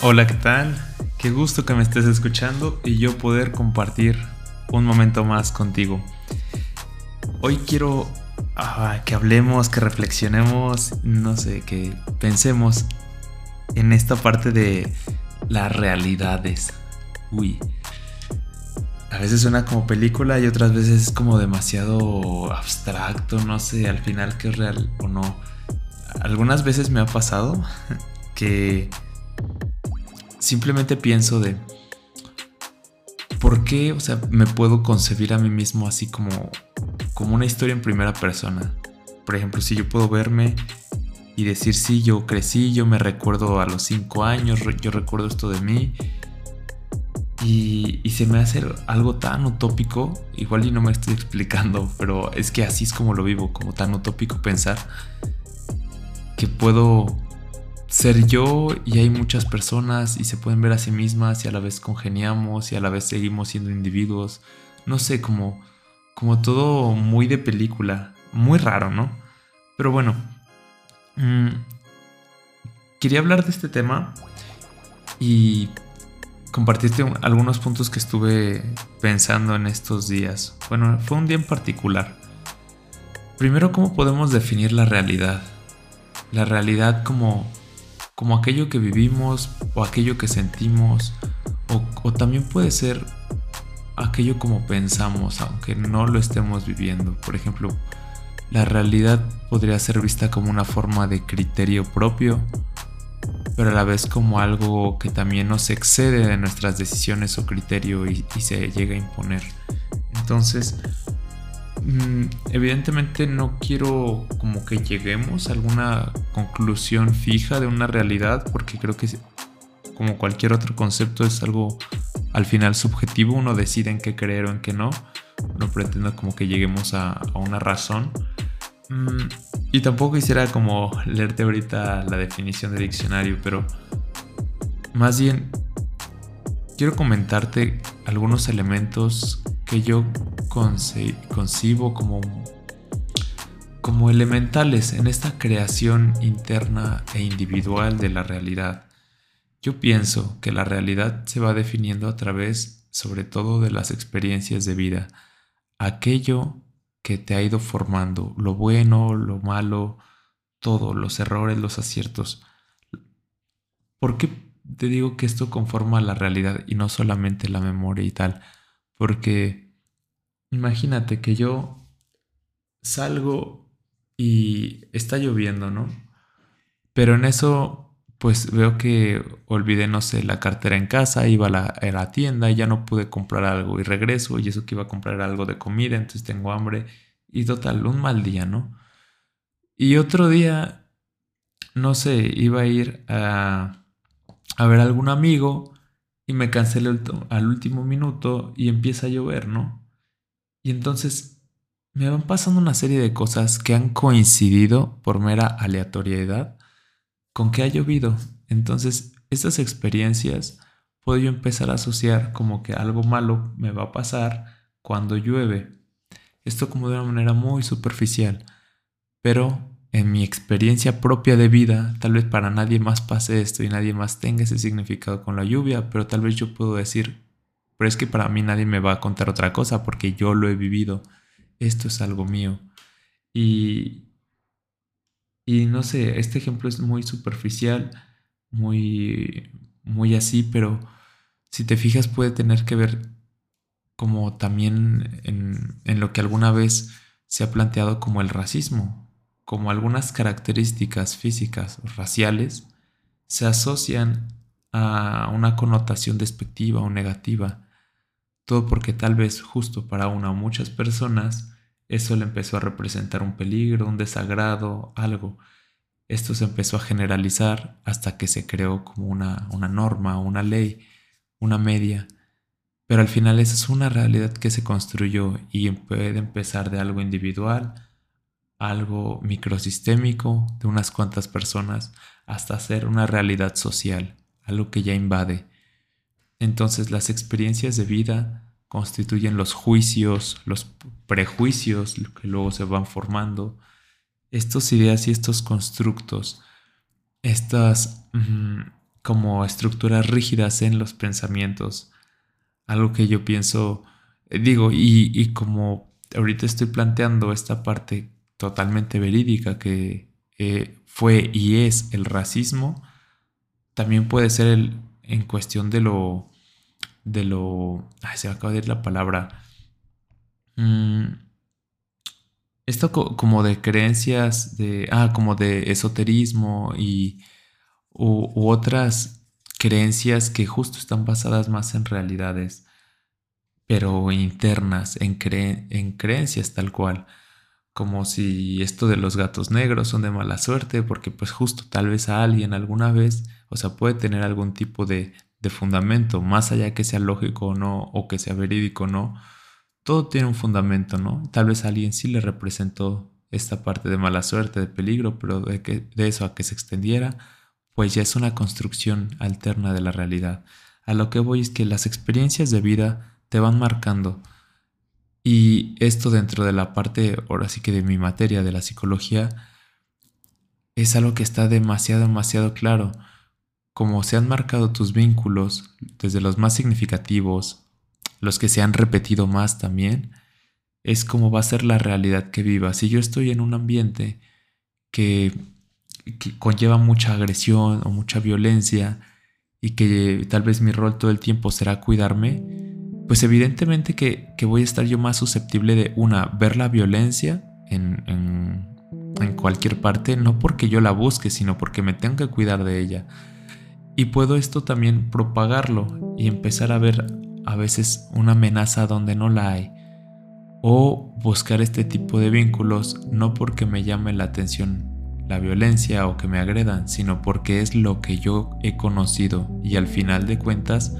Hola, ¿qué tal? Qué gusto que me estés escuchando y yo poder compartir un momento más contigo. Hoy quiero que hablemos, que reflexionemos, no sé, que pensemos en esta parte de las realidades. Uy, a veces suena como película y otras veces es como demasiado abstracto, no sé al final qué es real o no. Algunas veces me ha pasado que simplemente pienso de ¿por qué? O sea, me puedo concebir a mí mismo así como una historia en primera persona. Por ejemplo, si yo puedo verme y decir, sí, yo crecí, yo me recuerdo a los 5 años, yo recuerdo esto de mí. Y se me hace algo tan utópico, igual y no me estoy explicando, pero es que así es como lo vivo, como tan utópico pensar que puedo ser yo y hay muchas personas y se pueden ver a sí mismas y a la vez congeniamos y a la vez seguimos siendo individuos. No sé, como todo muy de película, muy raro, ¿no? Pero bueno, mmm, quería hablar de este tema y compartirte algunos puntos que estuve pensando en estos días. Bueno, fue un día en particular. Primero, ¿cómo podemos definir la realidad? La realidad como aquello que vivimos o aquello que sentimos o también puede ser aquello como pensamos aunque no lo estemos viviendo. Por ejemplo, la realidad podría ser vista como una forma de criterio propio, pero a la vez como algo que también nos excede de nuestras decisiones o criterio y se llega a imponer. Entonces, evidentemente no quiero como que lleguemos a alguna conclusión fija de una realidad, porque creo que como cualquier otro concepto es algo al final subjetivo, uno decide en qué creer o en qué no. No pretendo como que lleguemos a una razón. Y tampoco quisiera como leerte ahorita la definición de diccionario, pero más bien quiero comentarte algunos elementos que yo concibo como elementales en esta creación interna e individual de la realidad. Yo pienso que la realidad se va definiendo a través, sobre todo, de las experiencias de vida, aquello que te ha ido formando, lo bueno, lo malo, todo, los errores, los aciertos. ¿Por qué te digo que esto conforma la realidad y no solamente la memoria y tal? Porque imagínate que yo salgo y está lloviendo, ¿no? Pero en eso, pues veo que olvidé, no sé, la cartera en casa, iba a la tienda y ya no pude comprar algo y regreso y eso que iba a comprar algo de comida, entonces tengo hambre y total, un mal día, ¿no? Y otro día, no sé, iba a ir a ver a algún amigo y me cancelé al último minuto y empieza a llover, ¿no? Y entonces me van pasando una serie de cosas que han coincidido por mera aleatoriedad con que ha llovido. Entonces, estas experiencias puedo yo empezar a asociar como que algo malo me va a pasar cuando llueve. Esto como de una manera muy superficial, pero en mi experiencia propia de vida, tal vez para nadie más pase esto y nadie más tenga ese significado con la lluvia, pero tal vez yo puedo decir, pero es que para mí nadie me va a contar otra cosa porque yo lo he vivido. Esto es algo mío. Y, y no sé, este ejemplo es muy superficial, muy así, pero si te fijas puede tener que ver como también en lo que alguna vez se ha planteado como el racismo, como algunas características físicas o raciales se asocian a una connotación despectiva o negativa, todo porque tal vez justo para una o muchas personas eso le empezó a representar un peligro, un desagrado, algo. Esto se empezó a generalizar hasta que se creó como una norma, una ley, una media. Pero al final esa es una realidad que se construyó y puede empezar de algo individual, algo microsistémico de unas cuantas personas, hasta ser una realidad social, algo que ya invade. Entonces las experiencias de vida constituyen los juicios, los prejuicios que luego se van formando, estas ideas y estos constructos, estas como estructuras rígidas en los pensamientos. Algo que yo pienso, y como ahorita estoy planteando esta parte totalmente verídica que fue y es el racismo, también puede ser en cuestión ay, se me acaba de ir la palabra. Mm, esto como de creencias, como de esoterismo u otras creencias que justo están basadas más en realidades, pero internas, en creencias tal cual. Como si esto de los gatos negros son de mala suerte, porque pues justo tal vez a alguien alguna vez, o sea, puede tener algún tipo de fundamento, más allá que sea lógico o no, o que sea verídico o no, todo tiene un fundamento, ¿no? Tal vez a alguien sí le representó esta parte de mala suerte, de peligro, pero de eso a que se extendiera, pues ya es una construcción alterna de la realidad. A lo que voy es que las experiencias de vida te van marcando. Y esto dentro de la parte, ahora sí que de mi materia, de la psicología, es algo que está demasiado, demasiado claro. Como se han marcado tus vínculos, desde los más significativos, los que se han repetido más también, es como va a ser la realidad que vivas. Si yo estoy en un ambiente que, que conlleva mucha agresión o mucha violencia y que tal vez mi rol todo el tiempo será cuidarme, pues evidentemente que voy a estar yo más susceptible de, ver la violencia en cualquier parte, no porque yo la busque, sino porque me tengo que cuidar de ella. Y puedo esto también propagarlo y empezar a ver a veces una amenaza donde no la hay. O buscar este tipo de vínculos no porque me llame la atención la violencia o que me agredan, sino porque es lo que yo he conocido y al final de cuentas,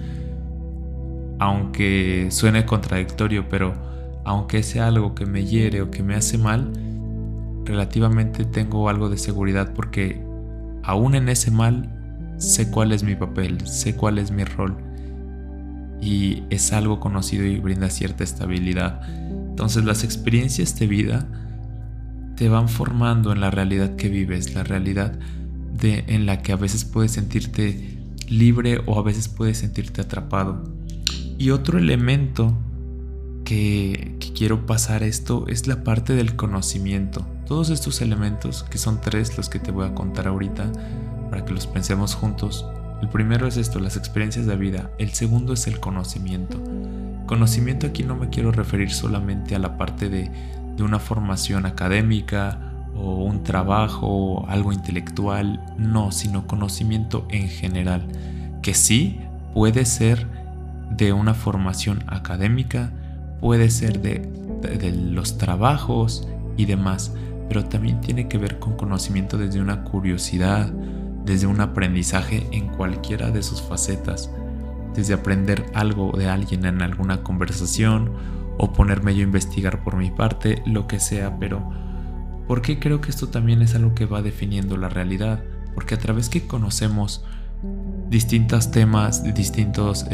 aunque suene contradictorio, pero aunque sea algo que me hiere o que me hace mal, relativamente tengo algo de seguridad porque aún en ese mal sé cuál es mi papel, sé cuál es mi rol y es algo conocido y brinda cierta estabilidad. Entonces las experiencias de vida te van formando en la realidad que vives, la realidad en la que a veces puedes sentirte libre o a veces puedes sentirte atrapado. Y otro elemento que quiero pasar esto es la parte del conocimiento. Todos estos elementos, que son 3 los que te voy a contar ahorita para que los pensemos juntos. El primero es esto, las experiencias de vida. El segundo es el conocimiento. Conocimiento aquí no me quiero referir solamente a la parte de una formación académica o un trabajo o algo intelectual, no, sino conocimiento en general, que sí puede ser de una formación académica, puede ser de los trabajos y demás, pero también tiene que ver con conocimiento desde una curiosidad, desde un aprendizaje en cualquiera de sus facetas, desde aprender algo de alguien en alguna conversación o ponerme yo a investigar por mi parte, lo que sea. Pero ¿por qué creo que esto también es algo que va definiendo la realidad? Porque a través que conocemos distintos temas, distintos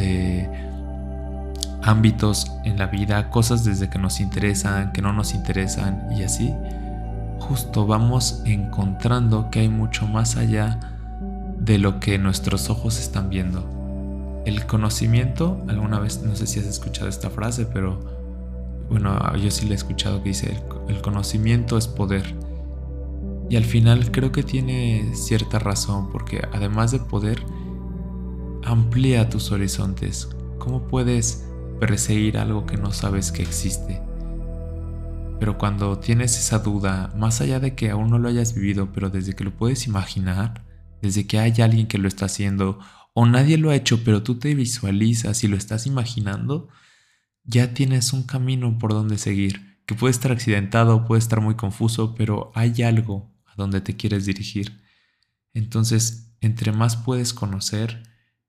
ámbitos en la vida, cosas desde que nos interesan, que no nos interesan y así, justo vamos encontrando que hay mucho más allá de lo que nuestros ojos están viendo. El conocimiento, alguna vez, no sé si has escuchado esta frase, pero bueno, yo sí la he escuchado, que dice el conocimiento es poder. Y al final creo que tiene cierta razón, porque además de poder, amplía tus horizontes. ¿Cómo puedes perseguir algo que no sabes que existe? Pero cuando tienes esa duda, más allá de que aún no lo hayas vivido, pero desde que lo puedes imaginar, desde que hay alguien que lo está haciendo, o nadie lo ha hecho, pero tú te visualizas y lo estás imaginando, ya tienes un camino por donde seguir, que puede estar accidentado, puede estar muy confuso, pero hay algo a donde te quieres dirigir. Entonces, entre más puedes conocer,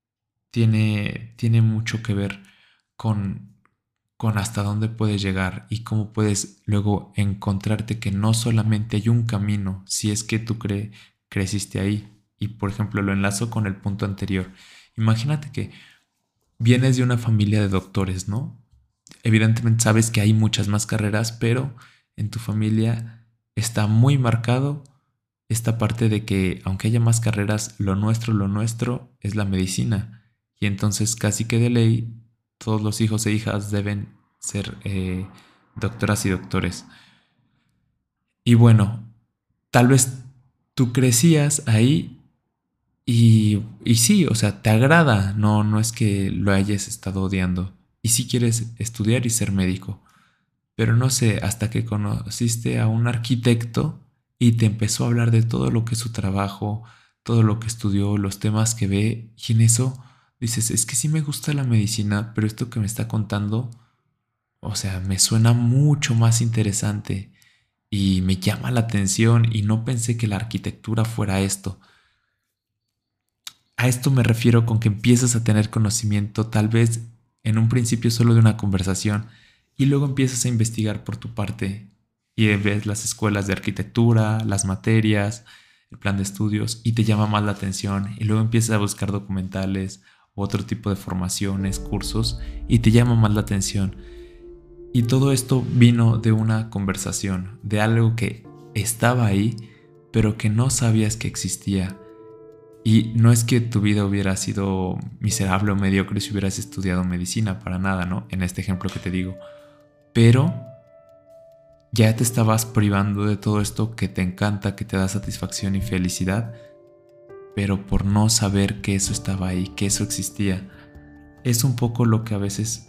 tiene mucho que ver con, con hasta dónde puedes llegar y cómo puedes luego encontrarte que no solamente hay un camino, si es que tú creciste ahí. Y por ejemplo, lo enlazo con el punto anterior. Imagínate que vienes de una familia de doctores, ¿no? Evidentemente sabes que hay muchas más carreras, pero en tu familia está muy marcado esta parte de que aunque haya más carreras, lo nuestro es la medicina. Y entonces casi que de ley, todos los hijos e hijas deben ser doctoras y doctores. Y bueno, tal vez tú crecías ahí y sí, o sea, te agrada, no es que lo hayas estado odiando. Y si quieres estudiar y ser médico. Pero no sé, hasta que conociste a un arquitecto y te empezó a hablar de todo lo que es su trabajo, todo lo que estudió, los temas que ve, y en eso dices, es que sí me gusta la medicina, pero esto que me está contando, o sea, me suena mucho más interesante y me llama la atención y no pensé que la arquitectura fuera esto. A esto me refiero con que empiezas a tener conocimiento tal vez en un principio solo de una conversación y luego empiezas a investigar por tu parte y ves las escuelas de arquitectura, las materias, el plan de estudios y te llama más la atención y luego empiezas a buscar documentales u otro tipo de formaciones, cursos y te llama más la atención. Y todo esto vino de una conversación, de algo que estaba ahí, pero que no sabías que existía. Y no es que tu vida hubiera sido miserable o mediocre si hubieras estudiado medicina, para nada, ¿no? En este ejemplo que te digo. Pero ya te estabas privando de todo esto que te encanta, que te da satisfacción y felicidad, pero por no saber que eso estaba ahí, que eso existía. Es un poco lo que a veces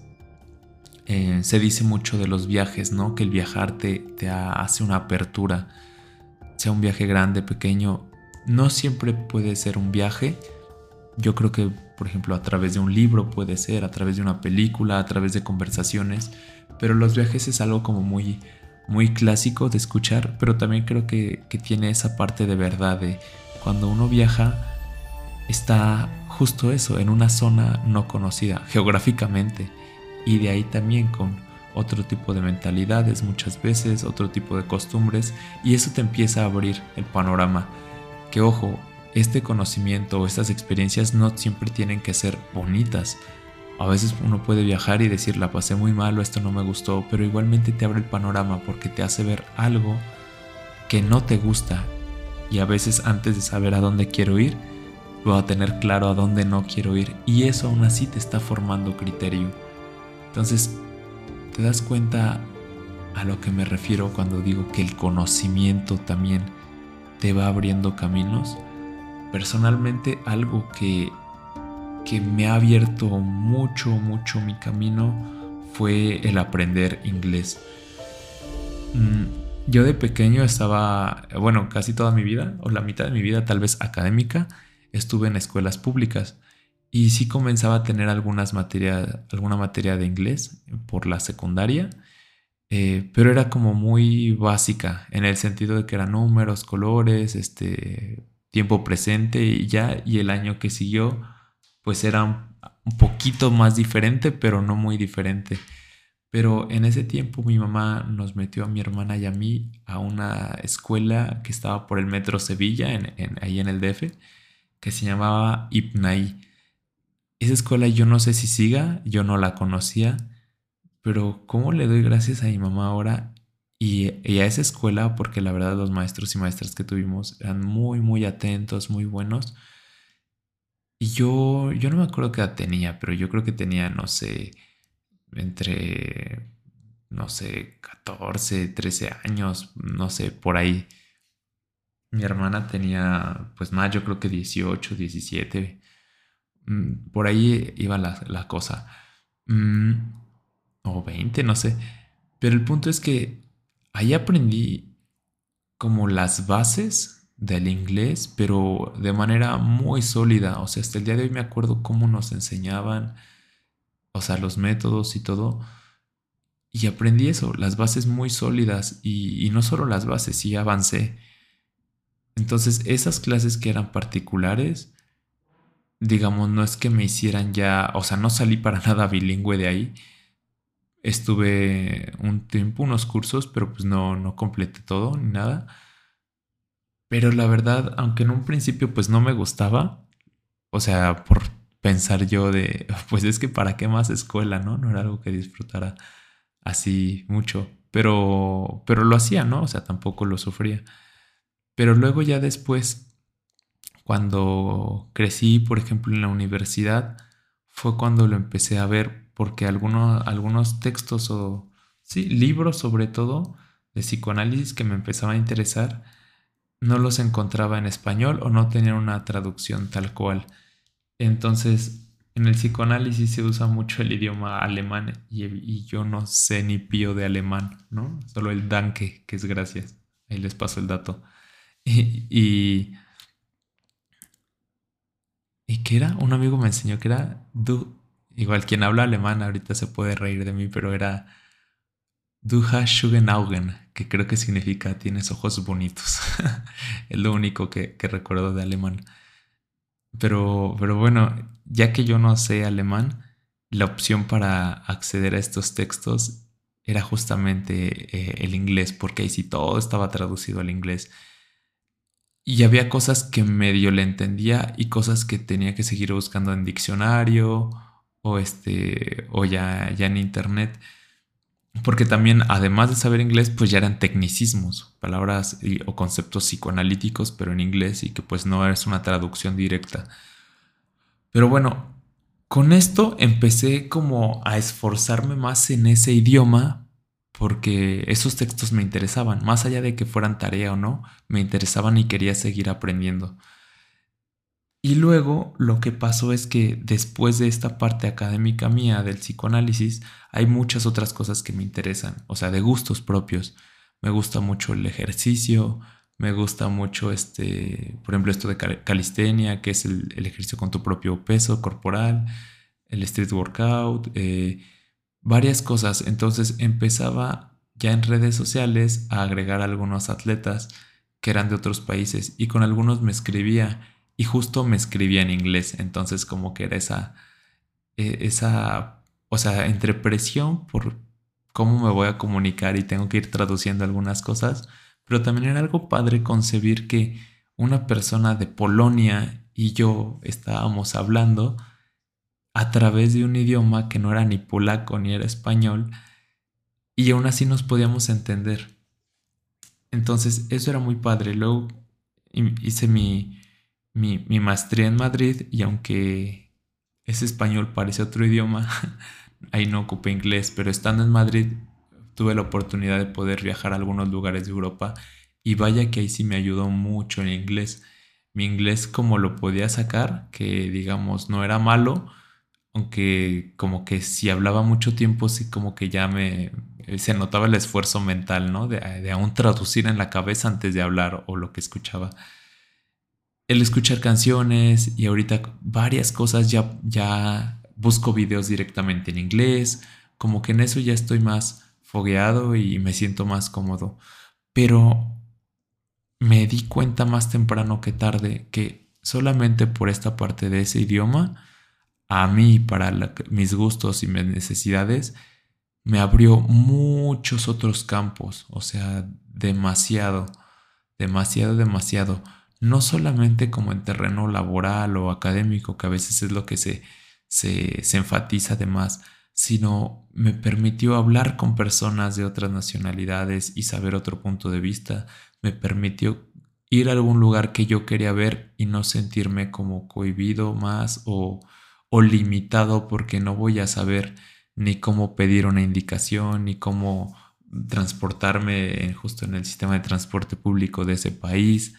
se dice mucho de los viajes, ¿no? Que el viajar te hace una apertura, sea un viaje grande, pequeño. No siempre puede ser un viaje. Yo creo que, por ejemplo, a través de un libro puede ser, a través de una película, a través de conversaciones, pero los viajes es algo como muy clásico de escuchar, pero también creo que tiene esa parte de verdad de cuando uno viaja, está justo eso, en una zona no conocida geográficamente y de ahí también con otro tipo de mentalidades muchas veces, otro tipo de costumbres y eso te empieza a abrir el panorama. Que ojo, este conocimiento o estas experiencias no siempre tienen que ser bonitas. A veces uno puede viajar y decir la pasé muy mal o esto no me gustó, pero igualmente te abre el panorama porque te hace ver algo que no te gusta y a veces antes de saber a dónde quiero ir, voy a tener claro a dónde no quiero ir y eso aún así te está formando criterio. Entonces, ¿te das cuenta a lo que me refiero cuando digo que el conocimiento también te va abriendo caminos? Personalmente, algo que me ha abierto mucho mi camino fue el aprender inglés. Yo de pequeño estaba, bueno, casi toda mi vida, o la mitad de mi vida tal vez académica, estuve en escuelas públicas y sí comenzaba a tener alguna materia de inglés por la secundaria, pero era como muy básica en el sentido de que eran números, colores, tiempo presente y ya, y el año que siguió pues era un poquito más diferente, pero no muy diferente. Pero en ese tiempo mi mamá nos metió a mi hermana y a mí a una escuela que estaba por el Metro Sevilla, ahí en el DF, que se llamaba IPNAI. Esa escuela yo no sé si siga, yo no la conocía, pero cómo le doy gracias a mi mamá ahora y a esa escuela, porque la verdad los maestros y maestras que tuvimos eran muy atentos, muy buenos. Y yo no me acuerdo qué edad tenía, pero yo creo que tenía, no sé, entre, no sé, 14 13 años, no sé, por ahí. Mi hermana tenía, pues más, yo creo que 18 17. Por ahí iba la cosa. Mm, o 20 no sé. Pero el punto es que ahí aprendí como las bases del inglés, pero de manera muy sólida. O sea, hasta el día de hoy me acuerdo cómo nos enseñaban, o sea, los métodos y todo. Y aprendí eso, las bases muy sólidas y no solo las bases, sí avancé. Entonces, esas clases que eran particulares, digamos, no es que me hicieran ya, o sea, no salí para nada bilingüe de ahí. Estuve un tiempo, unos cursos, pero pues no completé todo ni nada. Pero la verdad, aunque en un principio pues no me gustaba, o sea, por pensar yo de, pues es que para qué más escuela, ¿no? No era algo que disfrutara así mucho, pero lo hacía, ¿no? O sea, tampoco lo sufría. Pero luego ya después, cuando crecí, por ejemplo, en la universidad, fue cuando lo empecé a ver, porque algunos textos o, sí, libros sobre todo, de psicoanálisis que me empezaban a interesar, no los encontraba en español o no tenían una traducción tal cual. Entonces, en el psicoanálisis se usa mucho el idioma alemán y yo no sé ni pío de alemán, ¿no? Solo el danke, que es gracias. Ahí les paso el dato. Y, y, ¿Y qué era? Un amigo me enseñó que era igual quien habla alemán ahorita se puede reír de mí, pero era Du hast schöne Augen, que creo que significa tienes ojos bonitos. Es lo único que recuerdo de alemán. Pero bueno, ya que yo no sé alemán, la opción para acceder a estos textos era justamente el inglés, porque ahí sí todo estaba traducido al inglés. Y había cosas que medio le entendía y cosas que tenía que seguir buscando en diccionario o ya en internet. Porque también, además de saber inglés, pues ya eran tecnicismos, palabras o conceptos psicoanalíticos, pero en inglés y que pues no es una traducción directa. Pero bueno, con esto empecé como a esforzarme más en ese idioma porque esos textos me interesaban, más allá de que fueran tarea o no, me interesaban y quería seguir aprendiendo. Y luego lo que pasó es que después de esta parte académica mía del psicoanálisis, hay muchas otras cosas que me interesan, o sea, de gustos propios. Me gusta mucho el ejercicio, me gusta mucho por ejemplo, esto de calistenia, que es el ejercicio con tu propio peso corporal, el street workout, varias cosas. Entonces empezaba ya en redes sociales a agregar algunos atletas que eran de otros países y con algunos me escribía y justo me escribía en inglés, entonces como que era o sea, entre presión por cómo me voy a comunicar y tengo que ir traduciendo algunas cosas, pero también era algo padre concebir que una persona de Polonia y yo estábamos hablando a través de un idioma que no era ni polaco ni era español y aún así nos podíamos entender. Entonces eso era muy padre. Luego hice mi maestría en Madrid y aunque ese español parece otro idioma, ahí no ocupé inglés, pero estando en Madrid tuve la oportunidad de poder viajar a algunos lugares de Europa y vaya que ahí sí me ayudó mucho el inglés. Mi inglés como lo podía sacar, que digamos no era malo, aunque como que si hablaba mucho tiempo sí como que ya se notaba el esfuerzo mental, ¿no? De aún traducir en la cabeza antes de hablar o lo que escuchaba el escuchar canciones y ahorita varias cosas ya busco videos directamente en inglés, como que en eso ya estoy más fogueado y me siento más cómodo. Pero me di cuenta más temprano que tarde que solamente por esta parte de ese idioma, a mí, para mis gustos y mis necesidades, me abrió muchos otros campos, o sea, demasiado, demasiado, demasiado. No solamente como en terreno laboral o académico, que a veces es lo que se enfatiza de más, sino me permitió hablar con personas de otras nacionalidades y saber otro punto de vista. Me permitió ir a algún lugar que yo quería ver y no sentirme como cohibido más o limitado porque no voy a saber ni cómo pedir una indicación, ni cómo transportarme justo en el sistema de transporte público de ese país.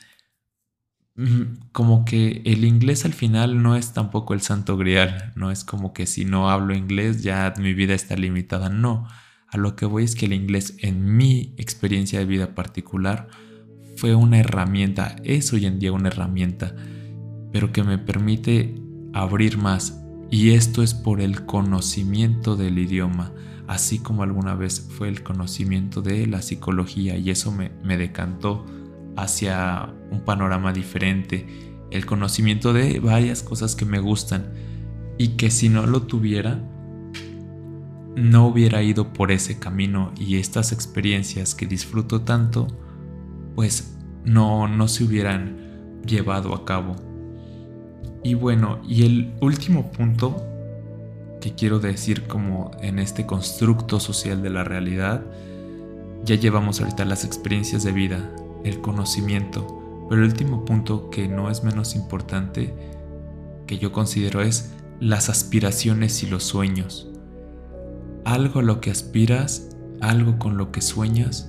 Como que el inglés al final no es tampoco el santo grial, no es como que si no hablo inglés ya mi vida está limitada, no. A lo que voy es que el inglés en mi experiencia de vida particular fue una herramienta, es hoy en día una herramienta, pero que me permite abrir más. Y esto es por el conocimiento del idioma, así como alguna vez fue el conocimiento de la psicología y eso me decantó hacia un panorama diferente, el conocimiento de varias cosas que me gustan y que si no lo tuviera, no hubiera ido por ese camino y estas experiencias que disfruto tanto, pues no se hubieran llevado a cabo. Y bueno, y el último punto que quiero decir como en este constructo social de la realidad, ya llevamos ahorita las experiencias de vida, el conocimiento, Pero el último punto, que no es menos importante, que yo considero, es las aspiraciones y los sueños. Algo a lo que aspiras, algo con lo que sueñas,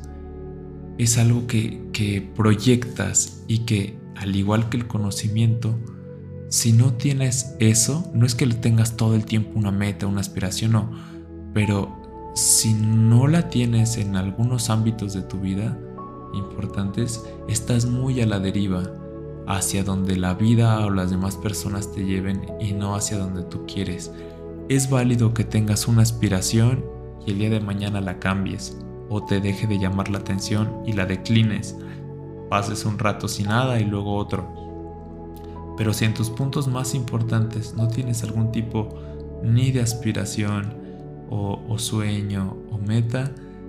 es algo que proyectas y que, al igual que el conocimiento, si no tienes eso, no es que tengas todo el tiempo una meta, una aspiración, no, pero si no la tienes en algunos ámbitos de tu vida importantes, estás muy a la deriva hacia donde la vida o las demás personas te lleven y no hacia donde tú quieres. Es válido que tengas una aspiración y el día de mañana la cambies o te deje de llamar la atención y la declines, pases un rato sin nada y luego otro. Pero si en tus puntos más importantes no tienes algún tipo ni de aspiración o sueño o meta,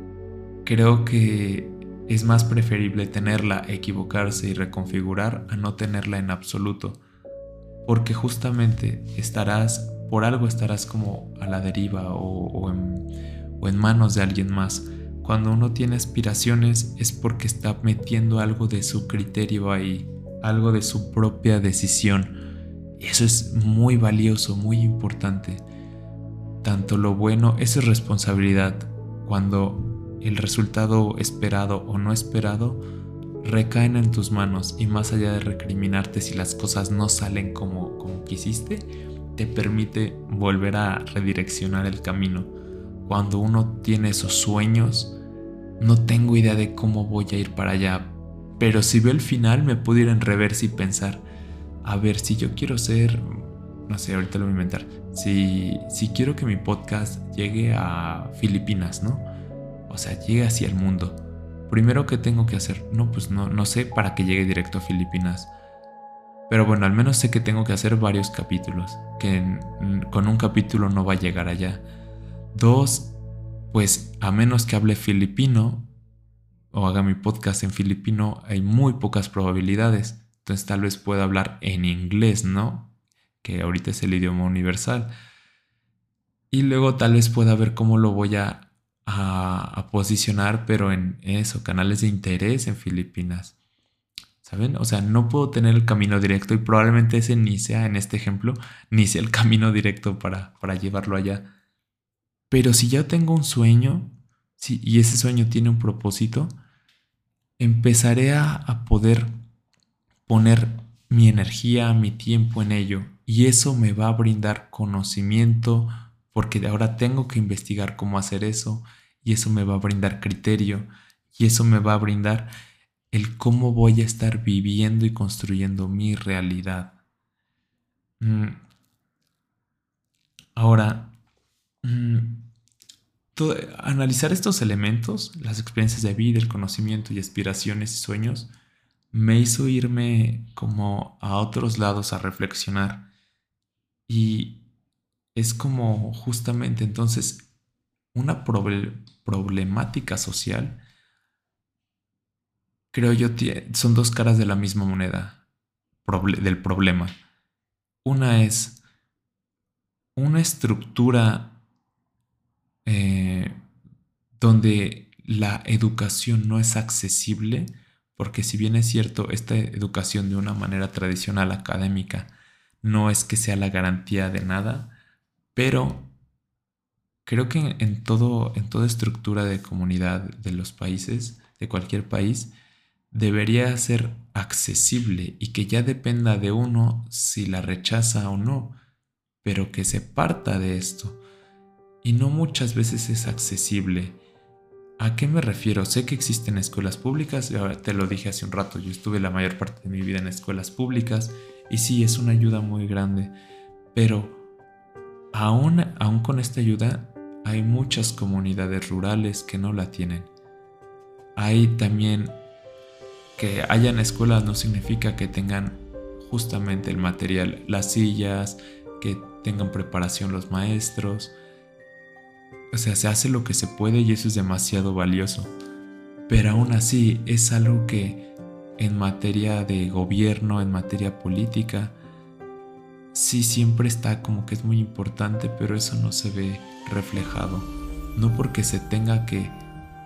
creo que es más preferible tenerla, equivocarse y reconfigurar a no tenerla en absoluto, porque justamente por algo estarás como a la deriva o en manos de alguien más. Cuando uno tiene aspiraciones es porque está metiendo algo de su criterio ahí, algo de su propia decisión. Y eso es muy valioso, muy importante. Tanto lo bueno, eso es responsabilidad. Cuando el resultado esperado o no esperado recaen en tus manos, y más allá de recriminarte si las cosas no salen como quisiste, te permite volver a redireccionar el camino. Cuando uno tiene esos sueños, no tengo idea de cómo voy a ir para allá, pero si veo el final me puedo ir en reversa y pensar, a ver, si yo quiero ser, no sé, ahorita lo voy a inventar, si quiero que mi podcast llegue a Filipinas, ¿no? O sea, llegue hacia el mundo. Primero, ¿qué tengo que hacer? No, pues no sé para que llegue directo a Filipinas. Pero bueno, al menos sé que tengo que hacer varios capítulos, que con un capítulo no va a llegar allá. 2, pues a menos que hable filipino o haga mi podcast en filipino, hay muy pocas probabilidades. Entonces tal vez pueda hablar en inglés, ¿no? Que ahorita es el idioma universal. Y luego tal vez pueda ver cómo lo voy a posicionar, pero en eso, canales de interés en Filipinas. ¿Saben? O sea, no puedo tener el camino directo y probablemente ese ni sea, en este ejemplo, ni sea el camino directo para llevarlo allá. Pero si ya tengo un sueño, y ese sueño tiene un propósito, empezaré a poder poner mi energía, mi tiempo en ello. Y eso me va a brindar conocimiento, porque de ahora tengo que investigar cómo hacer eso. Y eso me va a brindar criterio. Y eso me va a brindar el cómo voy a estar viviendo y construyendo mi realidad. Ahora, analizar estos elementos, las experiencias de vida, el conocimiento y aspiraciones y sueños, me hizo irme como a otros lados a reflexionar. Y es como justamente entonces una problemática social, creo yo, son dos caras de la misma moneda del problema. Una es una estructura donde la educación no es accesible, porque si bien es cierto, esta educación de una manera tradicional académica no es que sea la garantía de nada, pero creo que en toda estructura de comunidad de los países, de cualquier país, debería ser accesible y que ya dependa de uno si la rechaza o no, pero que se parta de esto. Y no muchas veces es accesible. ¿A qué me refiero? Sé que existen escuelas públicas, ahora te lo dije hace un rato, yo estuve la mayor parte de mi vida en escuelas públicas y sí, es una ayuda muy grande, pero aún con esta ayuda hay muchas comunidades rurales que no la tienen. Hay también que hayan escuelas no significa que tengan justamente el material, las sillas, que tengan preparación los maestros. O sea, se hace lo que se puede y eso es demasiado valioso. Pero aún así es algo que en materia de gobierno, en materia política, sí siempre está como que es muy importante, pero eso no se ve reflejado. No porque se tenga que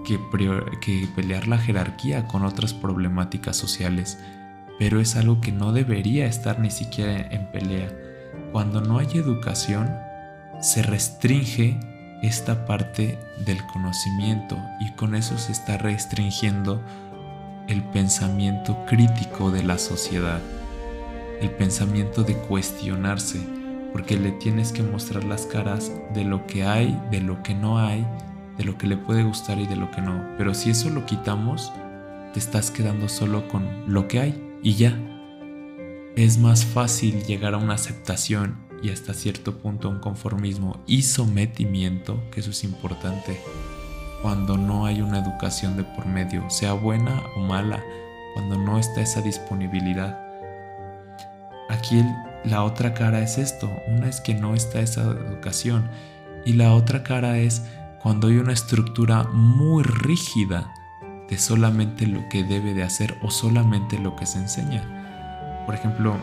que pelear la jerarquía con otras problemáticas sociales, pero es algo que no debería estar ni siquiera en pelea. Cuando no hay educación, se restringe esta parte del conocimiento y con eso se está restringiendo el pensamiento crítico de la sociedad, el pensamiento de cuestionarse, porque le tienes que mostrar las caras de lo que hay, de lo que no hay, de lo que le puede gustar y de lo que no. Pero si eso lo quitamos, te estás quedando solo con lo que hay y ya. Es más fácil llegar a una aceptación y hasta cierto punto a un conformismo y sometimiento, que eso es importante, cuando no hay una educación de por medio, sea buena o mala, cuando no está esa disponibilidad. Aquí la otra cara es esto, una es que no está esa educación y la otra cara es cuando hay una estructura muy rígida de solamente lo que debe de hacer o solamente lo que se enseña. Por ejemplo,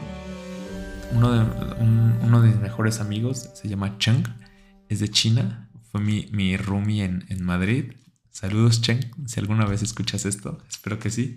uno de mis mejores amigos se llama Cheng, es de China, fue mi roomie en Madrid. Saludos, Cheng, si alguna vez escuchas esto, espero que sí.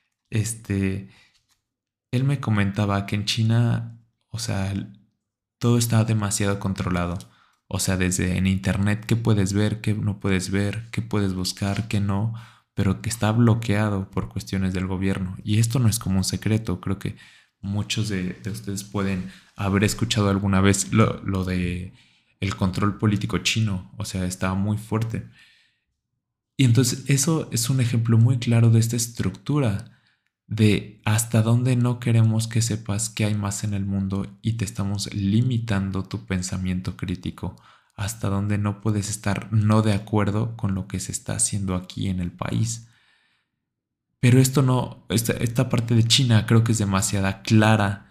Él me comentaba que en China, o sea, todo está demasiado controlado. O sea, desde en internet qué puedes ver, qué no puedes ver, qué puedes buscar, qué no, pero que está bloqueado por cuestiones del gobierno. Y esto no es como un secreto, creo que muchos de ustedes pueden haber escuchado alguna vez lo de el control político chino, o sea, está muy fuerte. Y entonces eso es un ejemplo muy claro de esta estructura de hasta dónde no queremos que sepas qué hay más en el mundo y te estamos limitando tu pensamiento crítico, hasta dónde no puedes estar no de acuerdo con lo que se está haciendo aquí en el país. Pero esto no, esta parte de China creo que es demasiado clara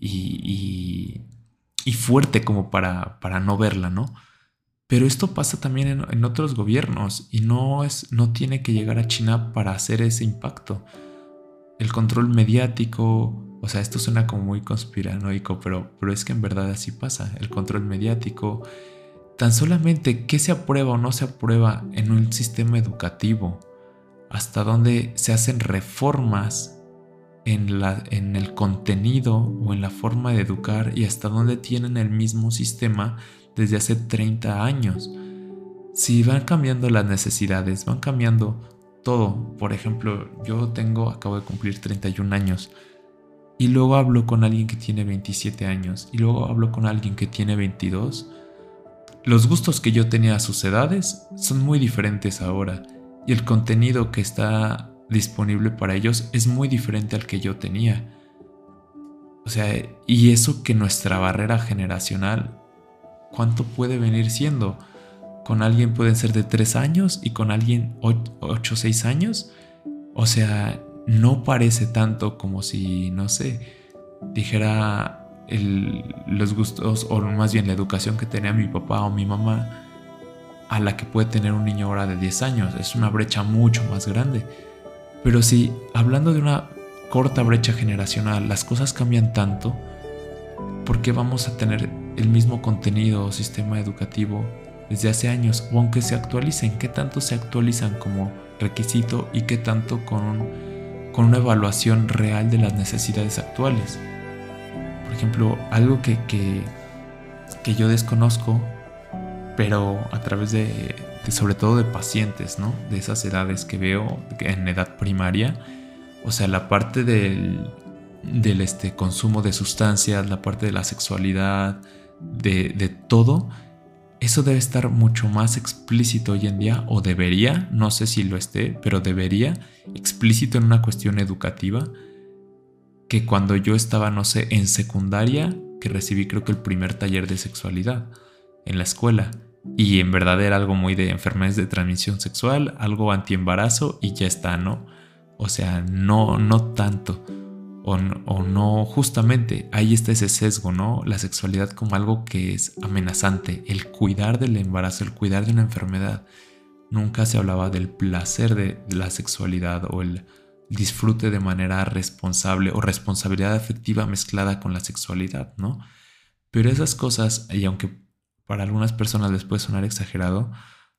y fuerte como para no verla, ¿no? Pero esto pasa también en otros gobiernos y no tiene que llegar a China para hacer ese impacto. El control mediático, o sea, esto suena como muy conspiranoico, pero es que en verdad así pasa. El control mediático, tan solamente qué se aprueba o no se aprueba en un sistema educativo, hasta dónde se hacen reformas en el contenido o en la forma de educar y hasta dónde tienen el mismo sistema desde hace 30 años. Si van cambiando las necesidades, van cambiando todo. Por ejemplo, acabo de cumplir 31 años y luego hablo con alguien que tiene 27 años y luego hablo con alguien que tiene 22. Los gustos que yo tenía a sus edades son muy diferentes ahora y el contenido que está disponible para ellos es muy diferente al que yo tenía. O sea, y eso que nuestra barrera generacional, ¿cuánto puede venir siendo? Con alguien pueden ser de 3 años y con alguien 8 o 6 años. O sea, no parece tanto como si, no sé, dijera los gustos o más bien la educación que tenía mi papá o mi mamá a la que puede tener un niño ahora de 10 años. Es una brecha mucho más grande. Pero si hablando de una corta brecha generacional las cosas cambian tanto, ¿por qué vamos a tener el mismo contenido o sistema educativo desde hace años? O aunque se actualicen, ¿qué tanto se actualizan como requisito y qué tanto con una evaluación real de las necesidades actuales? Por ejemplo, algo que yo desconozco, pero a través de sobre todo de pacientes, ¿no? De esas edades que veo en edad primaria, o sea, la parte del consumo de sustancias, la parte de la sexualidad, de todo, eso debe estar mucho más explícito hoy en día, o debería, no sé si lo esté, pero debería explícito en una cuestión educativa, que cuando yo estaba, no sé, en secundaria, que recibí creo que el primer taller de sexualidad en la escuela, y en verdad era algo muy de enfermedades de transmisión sexual, algo antiembarazo y ya está, ¿no? O sea, no tanto. O no, justamente ahí está ese sesgo, ¿no? La sexualidad como algo que es amenazante, el cuidar del embarazo, el cuidar de una enfermedad. Nunca se hablaba del placer de la sexualidad o el disfrute de manera responsable o responsabilidad afectiva mezclada con la sexualidad, ¿no? Pero esas cosas, y aunque para algunas personas les puede sonar exagerado,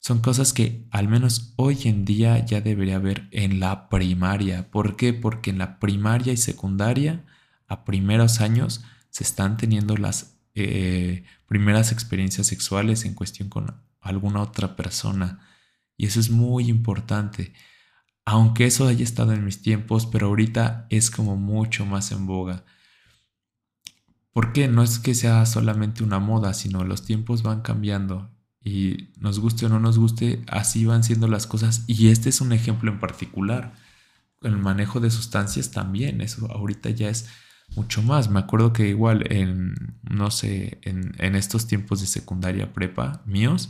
Son cosas que al menos hoy en día ya debería haber en la primaria. ¿Por qué? Porque en la primaria y secundaria, a primeros años, se están teniendo las primeras experiencias sexuales en cuestión con alguna otra persona. Y eso es muy importante. Aunque eso haya estado en mis tiempos, pero ahorita es como mucho más en boga. ¿Por qué? No es que sea solamente una moda, sino los tiempos van cambiando y nos guste o no nos guste, así van siendo las cosas. Y este es un ejemplo en particular. El manejo de sustancias también, eso ahorita ya es mucho más. Me acuerdo que igual en, no sé, en estos tiempos de secundaria prepa míos,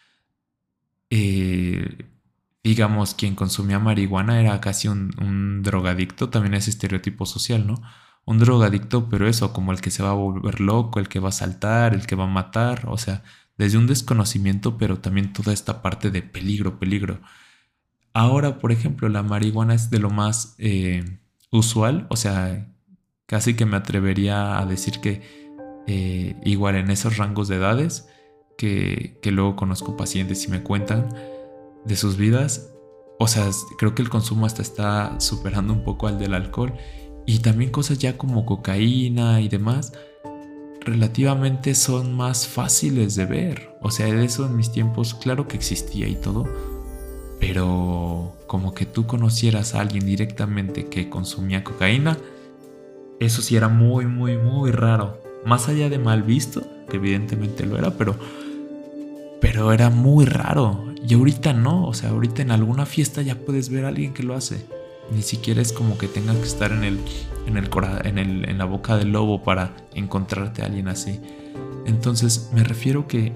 eh, digamos, quien consumía marihuana era casi un drogadicto, también ese estereotipo social, ¿no? Un drogadicto, pero eso, como el que se va a volver loco, el que va a saltar, el que va a matar, o sea, desde un desconocimiento, pero también toda esta parte de peligro, peligro. Ahora, por ejemplo, la marihuana es de lo más usual, o sea, casi que me atrevería a decir que igual en esos rangos de edades, que luego conozco pacientes y me cuentan de sus vidas, o sea, creo que el consumo hasta está superando un poco al del alcohol y también cosas ya como cocaína y demás, relativamente son más fáciles de ver. O sea, de eso en mis tiempos, claro que existía y todo, pero como que tú conocieras a alguien directamente que consumía cocaína, eso sí era muy, muy, muy raro. Más allá de mal visto, que evidentemente lo era, pero era muy raro. Y ahorita no, o sea, ahorita en alguna fiesta ya puedes ver a alguien que lo hace. Ni siquiera es como que tenga que estar en la boca del lobo para encontrarte a alguien así. Entonces me refiero que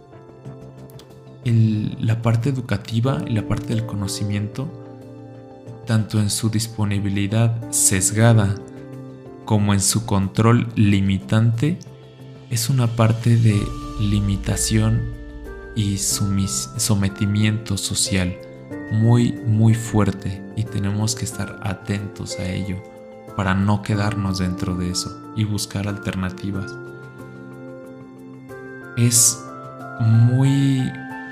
la parte educativa y la parte del conocimiento, tanto en su disponibilidad sesgada como en su control limitante, es una parte de limitación y sometimiento social muy, muy fuerte y tenemos que estar atentos a ello para no quedarnos dentro de eso y buscar alternativas. Es muy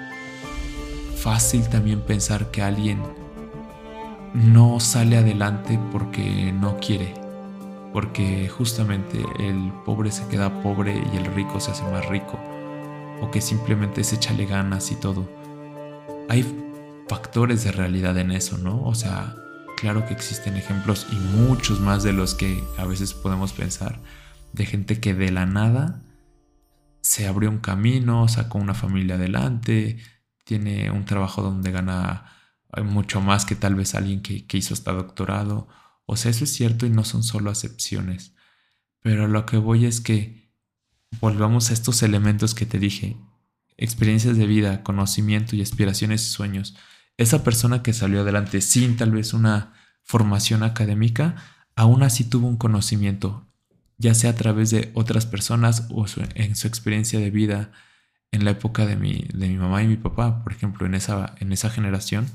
fácil también pensar que alguien no sale adelante porque no quiere, porque justamente el pobre se queda pobre y el rico se hace más rico, o que simplemente se échale ganas y todo. Hay factores de realidad en eso, ¿no? O sea, claro que existen ejemplos y muchos más de los que a veces podemos pensar, de gente que de la nada se abrió un camino, sacó una familia adelante, tiene un trabajo donde gana mucho más que tal vez alguien que hizo hasta doctorado. O sea, eso es cierto y no son solo acepciones. Pero lo que voy es que volvamos a estos elementos que te dije: experiencias de vida, conocimiento y aspiraciones y sueños. Esa persona que salió adelante sin tal vez una formación académica, aún así tuvo un conocimiento, ya sea a través de otras personas o en su experiencia de vida en la época de mi mamá y mi papá. Por ejemplo, en esa generación,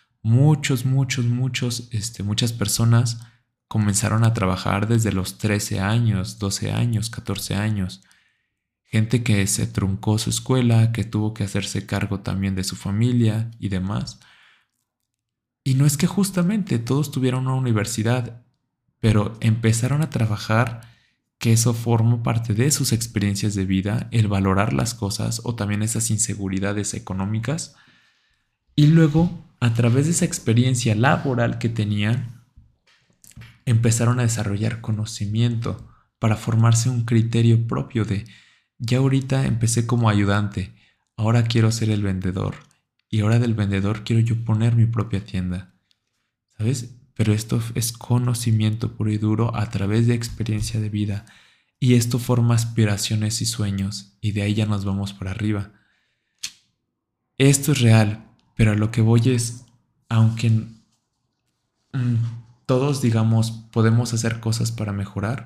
muchas personas comenzaron a trabajar desde los 13 años, 12 años, 14 años. Gente que se truncó su escuela, que tuvo que hacerse cargo también de su familia y demás. Y no es que justamente todos tuvieron una universidad, pero empezaron a trabajar, que eso forma parte de sus experiencias de vida, el valorar las cosas o también esas inseguridades económicas. Y luego, a través de esa experiencia laboral que tenían, empezaron a desarrollar conocimiento para formarse un criterio propio de: ya ahorita empecé como ayudante, ahora quiero ser el vendedor y ahora del vendedor quiero yo poner mi propia tienda, ¿sabes? Pero esto es conocimiento puro y duro a través de experiencia de vida y esto forma aspiraciones y sueños y de ahí ya nos vamos para arriba. Esto es real, pero a lo que voy es, aunque mm, todos digamos podemos hacer cosas para mejorar,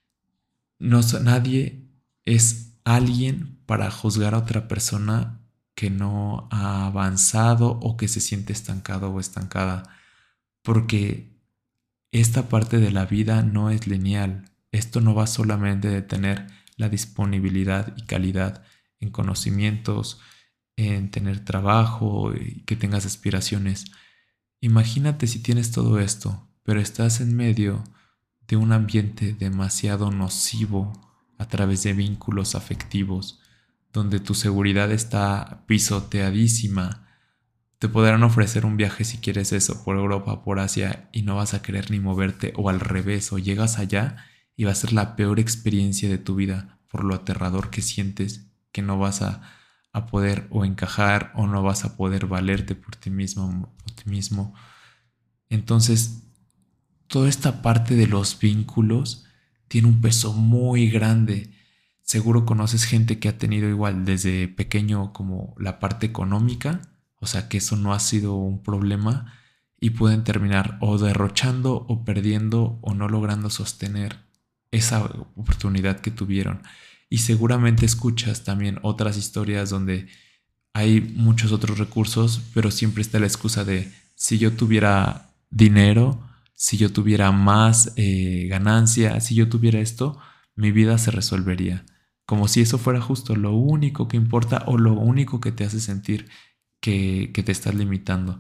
nadie es alguien para juzgar a otra persona que no ha avanzado o que se siente estancado o estancada, porque esta parte de la vida no es lineal. Esto no va solamente de tener la disponibilidad y calidad en conocimientos, en tener trabajo y que tengas aspiraciones. Imagínate si tienes todo esto, pero estás en medio de un ambiente demasiado nocivo a través de vínculos afectivos, donde tu seguridad está pisoteadísima. Te podrán ofrecer un viaje si quieres eso, por Europa, por Asia, y no vas a querer ni moverte, o al revés, o llegas allá y va a ser la peor experiencia de tu vida por lo aterrador que sientes que no vas a poder o encajar o no vas a poder valerte por ti mismo o ti mismo. Entonces, toda esta parte de los vínculos tiene un peso muy grande. Seguro conoces gente que ha tenido igual desde pequeño como la parte económica, o sea que eso no ha sido un problema y pueden terminar o derrochando o perdiendo o no logrando sostener esa oportunidad que tuvieron. Y seguramente escuchas también otras historias donde hay muchos otros recursos, pero siempre está la excusa de si yo tuviera dinero, si yo tuviera más ganancia, si yo tuviera esto, mi vida se resolvería. Como si eso fuera justo lo único que importa o lo único que te hace sentir que te estás limitando.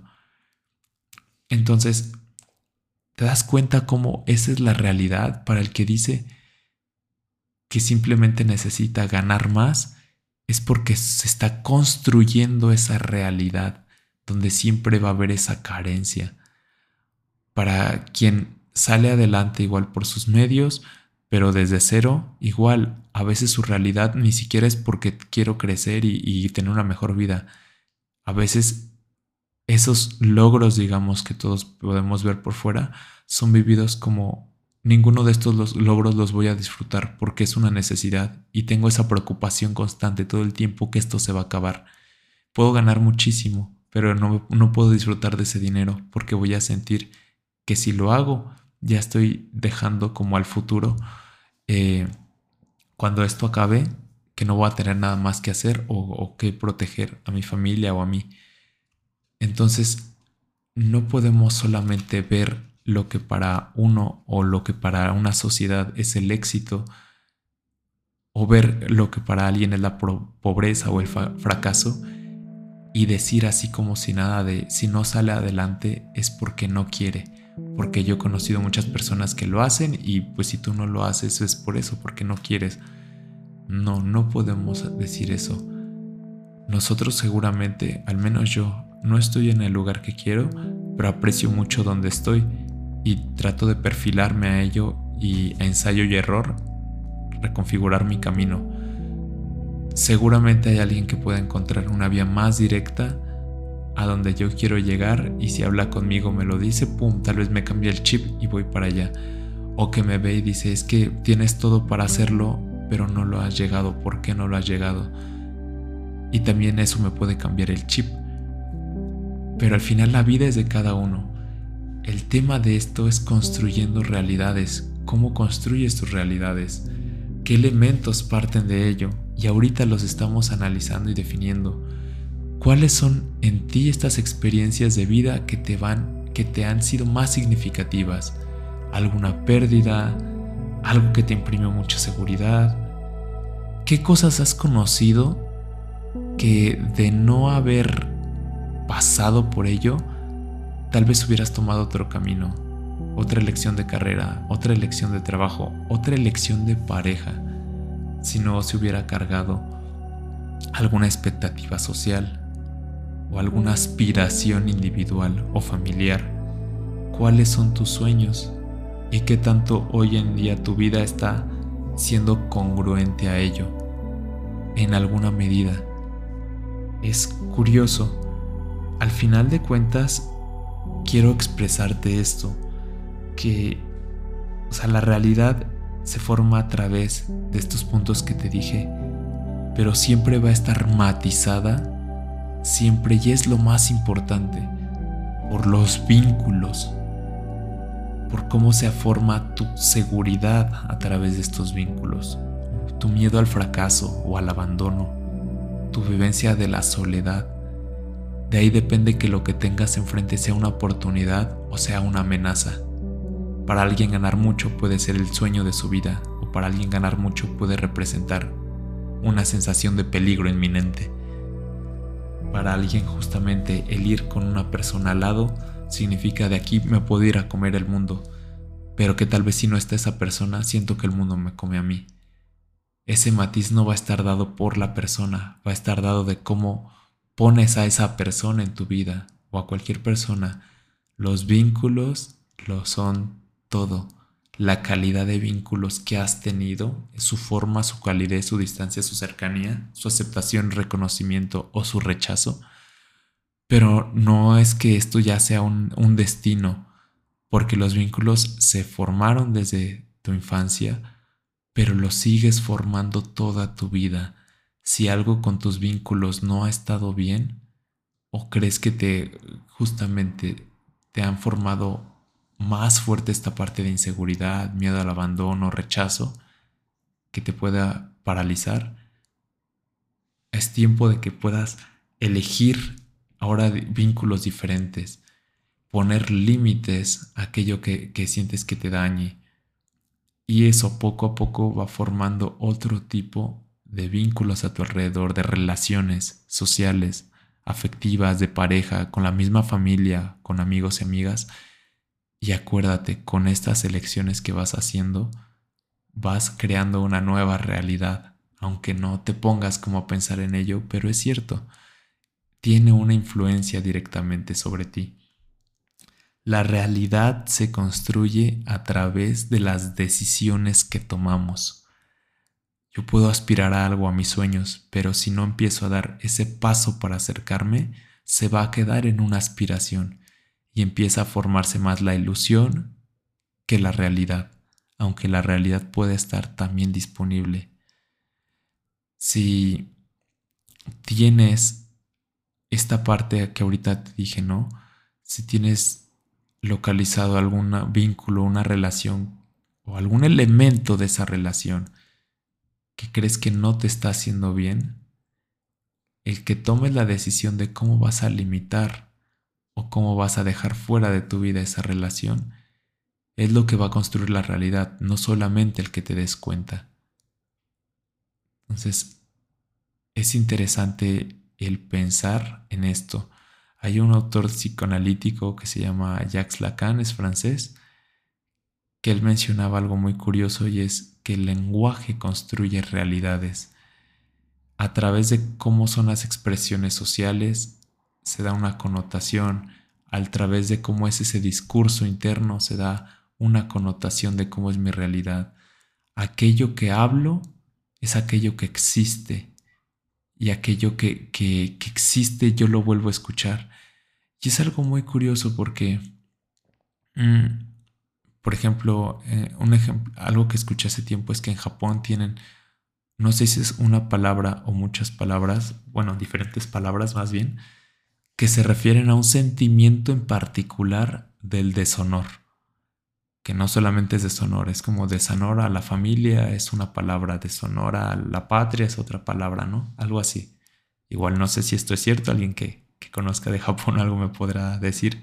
Entonces, ¿te das cuenta cómo esa es la realidad para el que dice que simplemente necesita ganar más? Es porque se está construyendo esa realidad donde siempre va a haber esa carencia. Para quien sale adelante igual por sus medios, pero desde cero, igual, a veces su realidad ni siquiera es porque quiero crecer y tener una mejor vida. A veces esos logros, digamos, que todos podemos ver por fuera, son vividos como ninguno de estos logros los voy a disfrutar porque es una necesidad y tengo esa preocupación constante todo el tiempo que esto se va a acabar. Puedo ganar muchísimo, pero no puedo disfrutar de ese dinero porque voy a sentir que si lo hago, ya estoy dejando como al futuro, cuando esto acabe, que no voy a tener nada más que hacer o que proteger a mi familia o a mí. Entonces, no podemos solamente ver lo que para uno o lo que para una sociedad es el éxito o ver lo que para alguien es la pobreza o el fracaso y decir así como si nada de si no sale adelante es porque no quiere, porque yo he conocido muchas personas que lo hacen y pues si tú no lo haces es por eso, porque no quieres. No podemos decir eso. Nosotros seguramente, al menos yo, no estoy en el lugar que quiero, pero aprecio mucho donde estoy y trato de perfilarme a ello y a ensayo y error reconfigurar mi camino. Seguramente hay alguien que pueda encontrar una vía más directa a donde yo quiero llegar y si habla conmigo me lo dice, pum, tal vez me cambie el chip y voy para allá. O que me ve y dice, es que tienes todo para hacerlo, pero no lo has llegado, ¿por qué no lo has llegado? Y también eso me puede cambiar el chip. Pero al final la vida es de cada uno. El tema de esto es construyendo realidades. ¿Cómo construyes tus realidades? ¿Qué elementos parten de ello? Y ahorita los estamos analizando y definiendo. ¿Cuáles son en ti estas experiencias de vida que te han sido más significativas? ¿Alguna pérdida? ¿Algo que te imprimió mucha seguridad? ¿Qué cosas has conocido que de no haber pasado por ello, tal vez hubieras tomado otro camino, otra elección de carrera, otra elección de trabajo, otra elección de pareja, si no se hubiera cargado alguna expectativa social o alguna aspiración individual o familiar? ¿Cuáles son tus sueños? ¿Y qué tanto hoy en día tu vida está siendo congruente a ello? En alguna medida. Es curioso. Al final de cuentas, quiero expresarte esto, que, la realidad se forma a través de estos puntos que te dije, pero siempre va a estar matizada, siempre, y es lo más importante, por los vínculos, por cómo se forma tu seguridad a través de estos vínculos, tu miedo al fracaso o al abandono, tu vivencia de la soledad. De ahí depende que lo que tengas enfrente sea una oportunidad o sea una amenaza. Para alguien ganar mucho puede ser el sueño de su vida, o para alguien ganar mucho puede representar una sensación de peligro inminente. Para alguien justamente el ir con una persona al lado significa de aquí me puedo ir a comer el mundo, pero que tal vez si no está esa persona siento que el mundo me come a mí. Ese matiz no va a estar dado por la persona, va a estar dado de cómo pones a esa persona en tu vida o a cualquier persona. Los vínculos lo son todo. La calidad de vínculos que has tenido, su forma, su calidez, su distancia, su cercanía, su aceptación, reconocimiento o su rechazo. Pero no es que esto ya sea un destino, porque los vínculos se formaron desde tu infancia, pero los sigues formando toda tu vida. Si algo con tus vínculos no ha estado bien, o crees que justamente te han formado más fuerte esta parte de inseguridad, miedo al abandono, rechazo, que te pueda paralizar, es tiempo de que puedas elegir ahora vínculos diferentes, poner límites a aquello que sientes que te dañe. Y eso poco a poco va formando otro tipo de vínculos a tu alrededor, de relaciones sociales, afectivas, de pareja, con la misma familia, con amigos y amigas. Y acuérdate, con estas elecciones que vas haciendo, vas creando una nueva realidad, aunque no te pongas como a pensar en ello, pero es cierto, tiene una influencia directamente sobre ti. La realidad se construye a través de las decisiones que tomamos. Yo puedo aspirar a algo, a mis sueños, pero si no empiezo a dar ese paso para acercarme, se va a quedar en una aspiración y empieza a formarse más la ilusión que la realidad, aunque la realidad puede estar también disponible. Si tienes esta parte que ahorita te dije, ¿no? Si tienes localizado algún vínculo, una relación o algún elemento de esa relación que crees que no te está haciendo bien, el que tomes la decisión de cómo vas a limitar o cómo vas a dejar fuera de tu vida esa relación, es lo que va a construir la realidad, no solamente el que te des cuenta. Entonces, es interesante el pensar en esto. Hay un autor psicoanalítico que se llama Jacques Lacan, es francés, que él mencionaba algo muy curioso y es que el lenguaje construye realidades. A través de cómo son las expresiones sociales se da una connotación, a través de cómo es ese discurso interno se da una connotación de cómo es mi realidad. Aquello que hablo es aquello que existe y aquello que existe yo lo vuelvo a escuchar. Y es algo muy curioso porque, por ejemplo, algo que escuché hace tiempo es que en Japón tienen, no sé si es una palabra o muchas palabras, bueno, diferentes palabras más bien, que se refieren a un sentimiento en particular del deshonor, que no solamente es deshonor, es como deshonor a la familia es una palabra, deshonor a la patria es otra palabra, ¿no? Algo así. Igual no sé si esto es cierto, alguien que conozca de Japón algo me podrá decir,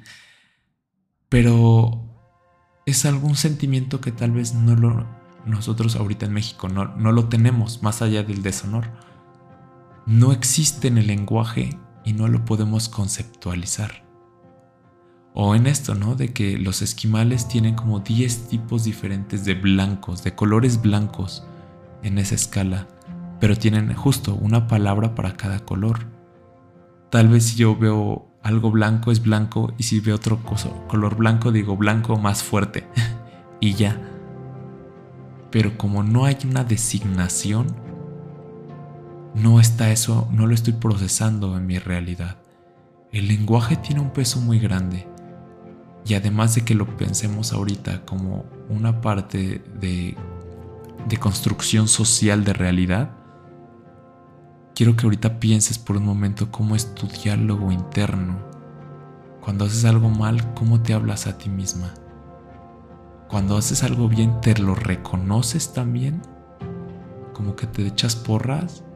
pero es algún sentimiento que tal vez nosotros ahorita en México no lo tenemos, más allá del deshonor. No existe en el lenguaje y no lo podemos conceptualizar. O en esto, ¿no? De que los esquimales tienen como 10 tipos diferentes de blancos, de colores blancos en esa escala, pero tienen justo una palabra para cada color. Tal vez si yo veo algo blanco es blanco y si veo otro color blanco digo blanco más fuerte y ya. Pero como no hay una designación, no está eso, no lo estoy procesando en mi realidad. El lenguaje tiene un peso muy grande y además de que lo pensemos ahorita como una parte de construcción social de realidad, quiero que ahorita pienses por un momento cómo es tu diálogo interno. Cuando haces algo mal, ¿cómo te hablas a ti misma? Cuando haces algo bien, ¿te lo reconoces también? ¿Como que te echas porras?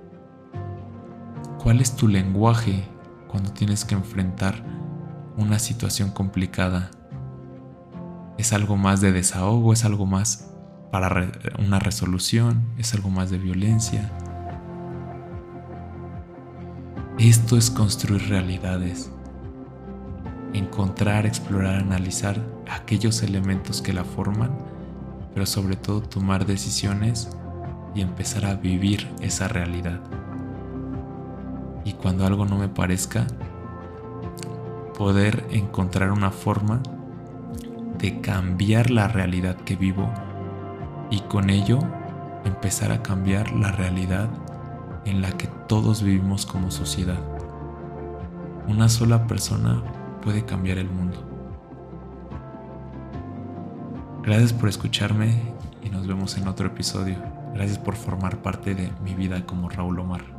¿Cuál es tu lenguaje cuando tienes que enfrentar una situación complicada? ¿Es algo más de desahogo? ¿Es algo más para una resolución? ¿Es algo más de violencia? Esto es construir realidades, encontrar, explorar, analizar aquellos elementos que la forman, pero sobre todo tomar decisiones y empezar a vivir esa realidad. Y cuando algo no me parezca, poder encontrar una forma de cambiar la realidad que vivo y con ello empezar a cambiar la realidad en la que todos vivimos como sociedad. Una sola persona puede cambiar el mundo. Gracias por escucharme y nos vemos en otro episodio. Gracias por formar parte de mi vida como Raúl Omar.